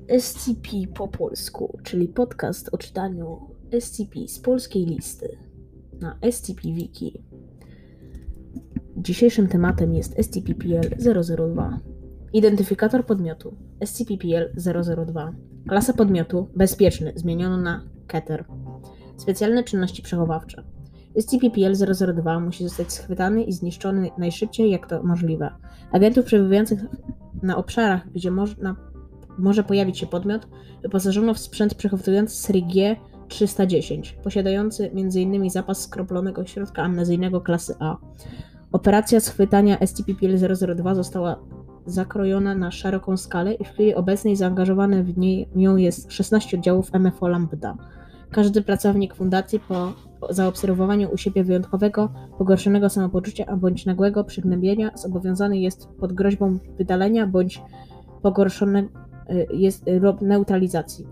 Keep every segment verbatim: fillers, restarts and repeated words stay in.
S C P po polsku, czyli podcast o czytaniu S C P z polskiej listy na S C P Wiki. Dzisiejszym tematem jest S C P P L zero zero dwa. Identyfikator podmiotu S C P P L zero zero dwa. Klasa podmiotu bezpieczny zmieniono na Keter. Specjalne czynności przechowawcze. S C P P L zero zero dwa musi zostać schwytany i zniszczony najszybciej jak to możliwe. Agentów przebywających na obszarach, gdzie można, może pojawić się podmiot, wyposażono w sprzęt przechowujący serii G trzysta dziesięć, posiadający między innymi zapas skroplonego środka amnezyjnego klasy A. Operacja schwytania S C P P L zero zero dwa została zakrojona na szeroką skalę i w chwili obecnej zaangażowane w nią jest szesnaście oddziałów M F O Lambda. Każdy pracownik fundacji po zaobserwowaniu u siebie wyjątkowego, pogorszonego samopoczucia bądź nagłego przygnębienia zobowiązany jest pod groźbą wydalenia bądź pogorszonego jest neutralizacji.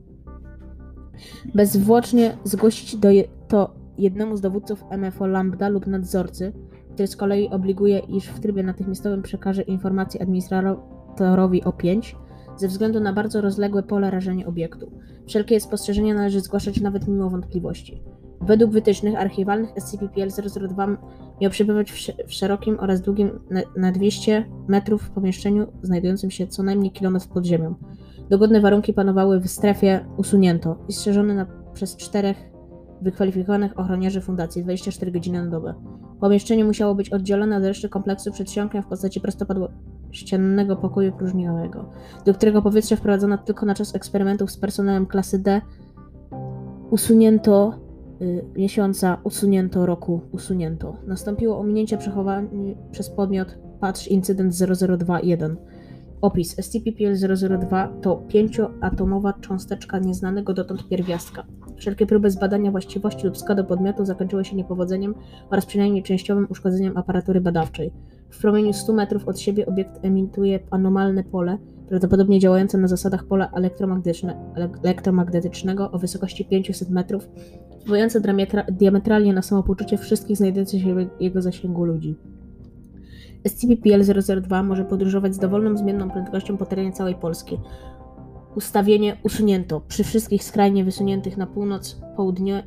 Bezzwłocznie zgłosić do je, to jednemu z dowódców M F O Lambda lub nadzorcy, który z kolei obliguje, iż w trybie natychmiastowym przekaże informację administratorowi O pięć ze względu na bardzo rozległe pole rażenia obiektu. Wszelkie spostrzeżenia należy zgłaszać nawet mimo wątpliwości. Według wytycznych archiwalnych S C P P L zero zero dwa miał przebywać w, sz- w szerokim oraz długim na, na dwieście metrów w pomieszczeniu znajdującym się co najmniej kilometr pod ziemią. Dogodne warunki panowały w strefie usunięto i strzeżone na, przez czterech wykwalifikowanych ochroniarzy fundacji dwadzieścia cztery godziny na dobę. Pomieszczenie musiało być oddzielone od reszty kompleksu przedsionkiem w postaci prostopadło-ściennego pokoju próżniowego, do którego powietrze wprowadzono tylko na czas eksperymentów z personelem klasy D. Usunięto y, miesiąca, usunięto roku, usunięto. Nastąpiło ominięcie przechowania przez podmiot Patrz Incydent zero zero dwa jeden. Opis S C P P L zero zero dwa to pięcioatomowa cząsteczka nieznanego dotąd pierwiastka. Wszelkie próby zbadania właściwości lub składu podmiotu zakończyły się niepowodzeniem oraz przynajmniej częściowym uszkodzeniem aparatury badawczej. W promieniu stu metrów od siebie obiekt emituje anomalne pole, prawdopodobnie działające na zasadach pola elektromagnetycznego o wysokości pięćset metrów, wpływające diametralnie na samopoczucie wszystkich znajdujących się w jego zasięgu ludzi. S C P P L zero zero dwa może podróżować z dowolną zmienną prędkością po terenie całej Polski. Ustawienie usunięto. Przy wszystkich skrajnie wysuniętych na północ, południe,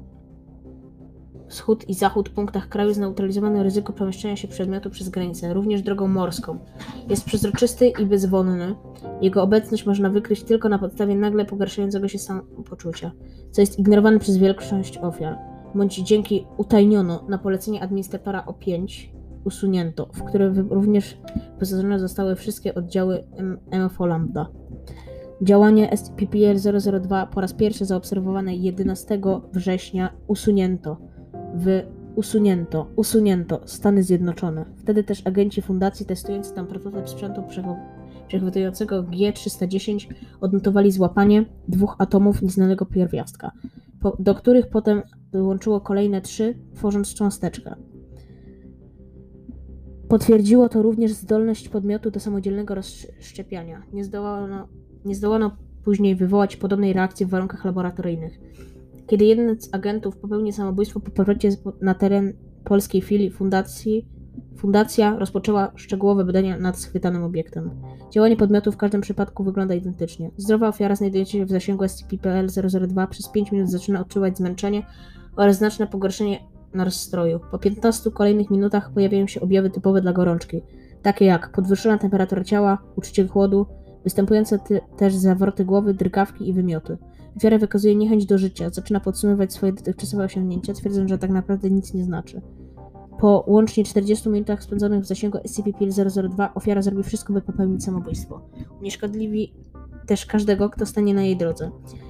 wschód i zachód punktach kraju zneutralizowano ryzyko przemieszczania się przedmiotu przez granicę, również drogą morską. Jest przezroczysty i bezwonny. Jego obecność można wykryć tylko na podstawie nagle pogarszającego się samopoczucia, co jest ignorowane przez większość ofiar, bądź dzięki utajniono na polecenie administratora O pięć usunięto, w które również wyposażone zostały wszystkie oddziały M F O Lambda. Działanie S C P P L zero zero dwa po raz pierwszy zaobserwowane jedenastego września usunięto w usunięto, usunięto Stany Zjednoczone. Wtedy też agenci fundacji testujący tam prototyp sprzętu przechwytującego G trzysta dziesięć odnotowali złapanie dwóch atomów nieznanego pierwiastka, po, do których potem dołączyło kolejne trzy, tworząc cząsteczkę. Potwierdziło to również zdolność podmiotu do samodzielnego rozszczepiania. Nie zdołano, nie zdołano później wywołać podobnej reakcji w warunkach laboratoryjnych. Kiedy jeden z agentów popełnił samobójstwo po powrocie na teren polskiej filii fundacji, fundacja rozpoczęła szczegółowe badania nad schwytanym obiektem. Działanie podmiotu w każdym przypadku wygląda identycznie. Zdrowa ofiara znajdująca się w zasięgu S C P P L zero zero dwa przez pięć minut zaczyna odczuwać zmęczenie oraz znaczne pogorszenie nastroju. Po piętnastu kolejnych minutach pojawiają się objawy typowe dla gorączki, takie jak podwyższona temperatura ciała, uczucie chłodu, występujące ty- też zawroty głowy, drgawki i wymioty. Ofiara wykazuje niechęć do życia, zaczyna podsumować swoje dotychczasowe osiągnięcia, twierdząc, że tak naprawdę nic nie znaczy. Po łącznie czterdziestu minutach spędzonych w zasięgu S C P P L zero zero dwa ofiara zrobi wszystko, by popełnić samobójstwo. Unieszkodliwi też każdego, kto stanie na jej drodze.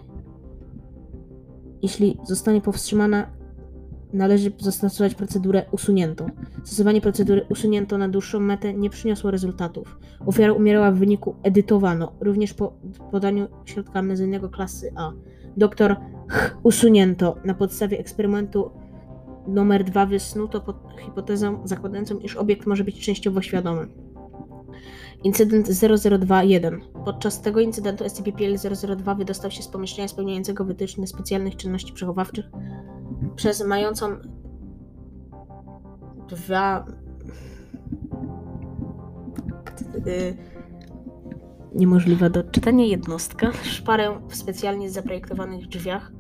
Jeśli zostanie powstrzymana, należy zastosować procedurę usunięto. Stosowanie procedury usunięto na dłuższą metę nie przyniosło rezultatów. Ofiara umierała w wyniku edytowano, również po podaniu środka amnezyjnego klasy A. Doktor H. usunięto. Na podstawie eksperymentu numer dwa wysnuto pod hipotezę zakładającą, iż obiekt może być częściowo świadomy. Incydent zero zero dwa jeden. Podczas tego incydentu S C P P L zero zero dwa wydostał się z pomieszczenia spełniającego wytyczne specjalnych czynności przechowawczych przez mającą dwa yy, niemożliwa do odczytania jednostka, szparę w specjalnie zaprojektowanych drzwiach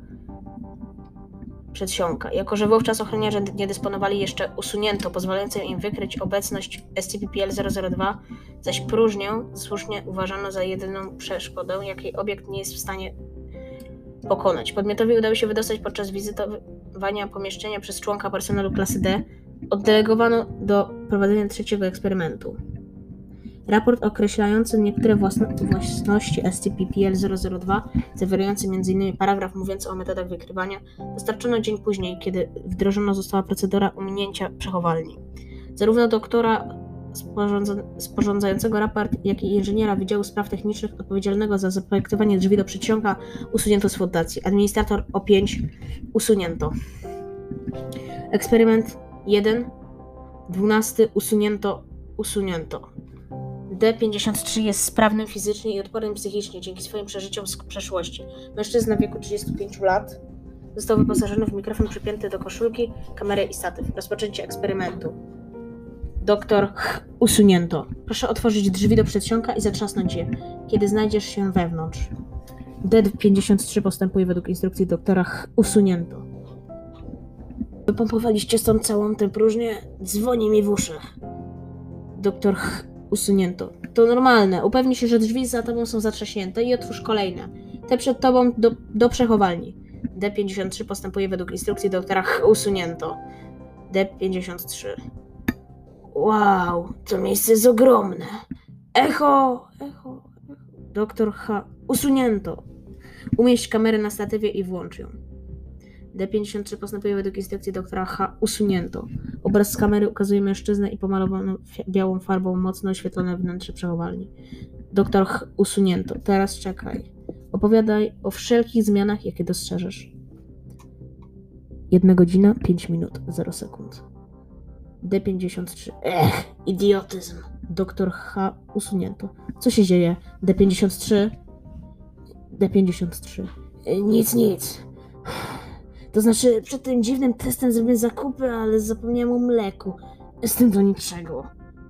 przedsionka. Jako że wówczas ochroniarze nie dysponowali jeszcze usunięto, pozwalającą im wykryć obecność S C P P L zero zero dwa, zaś próżnię słusznie uważano za jedyną przeszkodę, jakiej obiekt nie jest w stanie pokonać. Podmiotowi udało się wydostać podczas wizytowania pomieszczenia przez członka personelu klasy D. Oddelegowano do prowadzenia trzeciego eksperymentu. Raport określający niektóre własności S C P P L zero zero dwa, zawierający między innymi paragraf mówiący o metodach wykrywania, dostarczono dzień później, kiedy wdrożona została procedura uminięcia przechowalni. Zarówno doktora sporządza- sporządzającego raport, jak i inżyniera Wydziału Spraw Technicznych odpowiedzialnego za zaprojektowanie drzwi do przedsionka usunięto z fundacji. Administrator O pięć usunięto. Eksperyment jeden, dwunasty usunięto, usunięto. D pięćdziesiąt trzy jest sprawnym fizycznie i odpornym psychicznie dzięki swoim przeżyciom z przeszłości. Mężczyzna w wieku trzydziestu pięciu lat został wyposażony w mikrofon przypięty do koszulki, kamerę i statyw. Rozpoczęcie eksperymentu. Doktor H. usunięto. Proszę otworzyć drzwi do przedsionka i zatrzasnąć je, kiedy znajdziesz się wewnątrz. D pięćdziesiąt trzy postępuje według instrukcji doktora H. usunięto. Wypompowaliście stąd całą tę próżnię? Dzwoni mi w uszy. Doktor H. usunięto. To normalne. Upewnij się, że drzwi za tobą są zatrzaśnięte i otwórz kolejne. Te przed tobą do, do przechowalni. D pięćdziesiąt trzy postępuje według instrukcji doktora H. usunięto. D pięćdziesiąt trzy. Wow, to miejsce jest ogromne. Echo, echo, echo. Doktor H. usunięto. Umieść kamerę na statywie i włącz ją. D pięćdziesiąt trzy postępuje według instrukcji doktora H. usunięto. Obraz z kamery ukazuje mężczyznę i pomalowaną białą farbą mocno oświetlone wnętrze przechowalni. Doktor H. usunięto. Teraz czekaj. Opowiadaj o wszelkich zmianach, jakie dostrzeżesz. Jedna godzina, pięć minut, zero sekund. D pięćdziesiąt trzy. Ech, idiotyzm. Doktor H. usunięto. Co się dzieje? D pięćdziesiąt trzy. D pięćdziesiąt trzy. Nic, nic. To znaczy, przed tym dziwnym testem zrobiłem zakupy, ale zapomniałem o mleku. Z tym do niczego.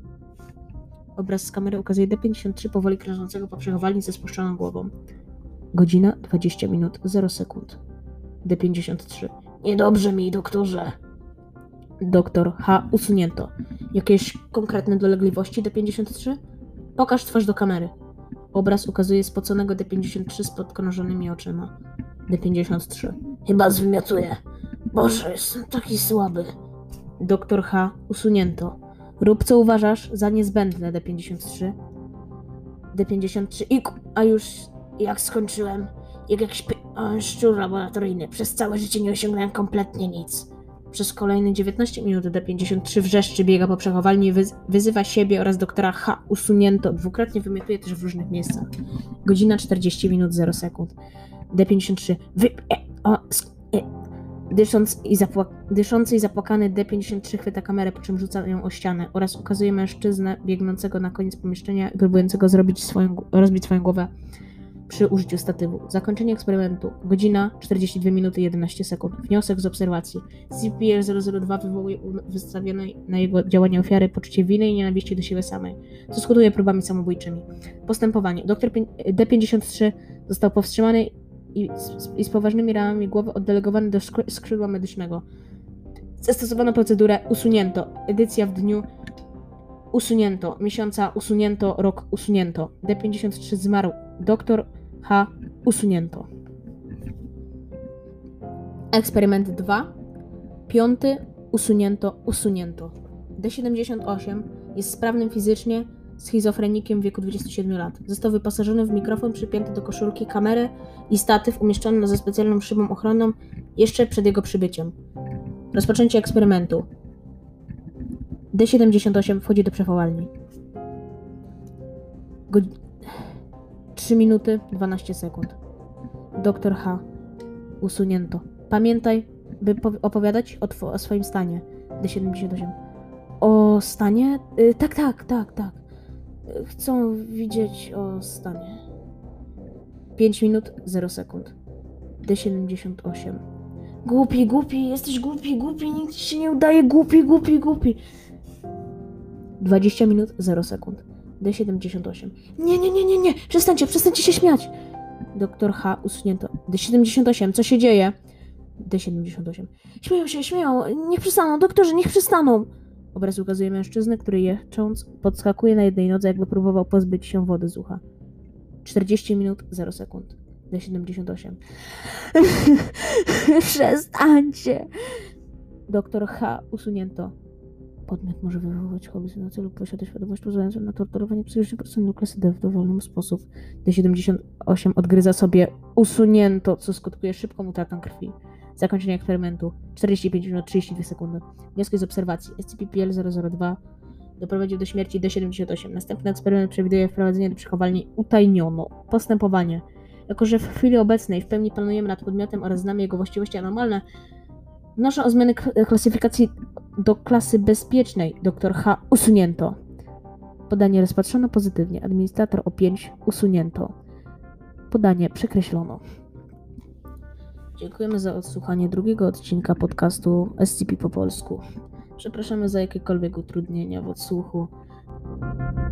Obraz z kamery ukazuje D pięćdziesiąt trzy powoli krążącego po przechowalni ze spuszczoną głową. Godzina, dwadzieścia minut, zero sekund. D pięćdziesiąt trzy. Niedobrze mi, doktorze. Doktor H. usunięto. Jakieś konkretne dolegliwości D pięćdziesiąt trzy? Pokaż twarz do kamery. Obraz ukazuje spoconego D pięćdziesiąt trzy z podkrążonymi oczyma. D pięćdziesiąt trzy. Chyba zwymiotuję. Boże, jestem taki słaby. Doktor H. usunięto. Rób co uważasz za niezbędne, D pięćdziesiąt trzy. D pięćdziesiąt trzy. I a już jak skończyłem, jak jakiś p- szczur laboratoryjny. Przez całe życie nie osiągnąłem kompletnie nic. Przez kolejne dziewiętnaście minut D pięćdziesiąt trzy wrzeszczy, biega po przechowalni i wyz- wyzywa siebie oraz doktora H. usunięto. Dwukrotnie wymiotuje też w różnych miejscach. Godzina czterdzieści minut, zero sekund. D pięćdziesiąt trzy. Wy... E, o, sk- e. Dysząc i zapła- dyszący i zapłakany D pięćdziesiąt trzy chwyta kamerę, po czym rzuca ją o ścianę oraz ukazuje mężczyznę biegnącego na koniec pomieszczenia i próbującego zrobić swoją, rozbić swoją głowę przy użyciu statywu. Zakończenie eksperymentu. Godzina czterdzieści dwie minuty jedenaście sekund. Wniosek z obserwacji. C P R zero zero dwa wywołuje u wystawionej na jego działanie ofiary poczucie winy i nienawiści do siebie samej, co skutkuje próbami samobójczymi. Postępowanie. Doktor D pięćdziesiąt trzy został powstrzymany i z, i z poważnymi ranami głowy oddelegowany do skry- skrzydła medycznego. Zastosowano procedurę usunięto. Edycja w dniu usunięto. Miesiąca usunięto. Rok usunięto. D pięćdziesiąt trzy zmarł. Doktor H. usunięto. Eksperyment dwa. Piąty. Usunięto. Usunięto. D siedemdziesiąt osiem jest sprawnym fizycznie, schizofrenikiem w wieku dwudziestu siedmiu lat. Został wyposażony w mikrofon przypięty do koszulki, kamerę i statyw umieszczony ze specjalną szybą ochronną jeszcze przed jego przybyciem. Rozpoczęcie eksperymentu. D siedemdziesiąt osiem wchodzi do przechowalni. God... trzy minuty, dwanaście sekund. Doktor H. usunięto. Pamiętaj, by po- opowiadać o, tw- o swoim stanie. D siedemdziesiąt osiem. O stanie? Yy, tak, tak, tak, tak. Yy, chcą widzieć o stanie. pięć minut, zero sekund. D siedemdziesiąt osiem. Głupi, głupi, jesteś głupi, głupi, nikt ci się nie udaje, głupi, głupi, głupi. dwadzieścia minut, zero sekund. D siedemdziesiąt osiem. Nie, nie, nie, nie, nie. Przestańcie, przestańcie się śmiać. Doktor H. Usunięto. D siedemdziesiąt osiem. Co się dzieje? D siedemdziesiąt osiem. Śmieją się, śmieją. Niech przestaną, doktorze, niech przestaną. Obraz ukazuje mężczyznę, który jeżdżąc podskakuje na jednej nodze, jakby próbował pozbyć się wody z ucha. czterdzieści minut, zero sekund. D siedemdziesiąt osiem. Przestańcie. Doktor H. Usunięto. Podmiot może wywoływać halucynacje lub posiadać świadomość pozwalającą na torturowanie psychicznych personelu klasy D w dowolny sposób. D siedemdziesiąt osiem odgryza sobie usunięto, co skutkuje szybką utratą krwi. Zakończenie eksperymentu. czterdzieści pięć minut, trzydzieści dwie sekundy. Wnioski z obserwacji. S C P P L zero zero dwa doprowadził do śmierci D siedemdziesiąt osiem. Następny eksperyment przewiduje wprowadzenie do przechowalni utajniono. Postępowanie. Jako że w chwili obecnej w pełni panujemy nad podmiotem oraz znamy jego właściwości anormalne, wnoszę o zmianę klasyfikacji do klasy bezpiecznej. Doktor H. Usunięto. Podanie rozpatrzono pozytywnie. Administrator O pięć usunięto. Podanie przekreślono. Dziękujemy za odsłuchanie drugiego odcinka podcastu S C P po polsku. Przepraszamy za jakiekolwiek utrudnienia w odsłuchu.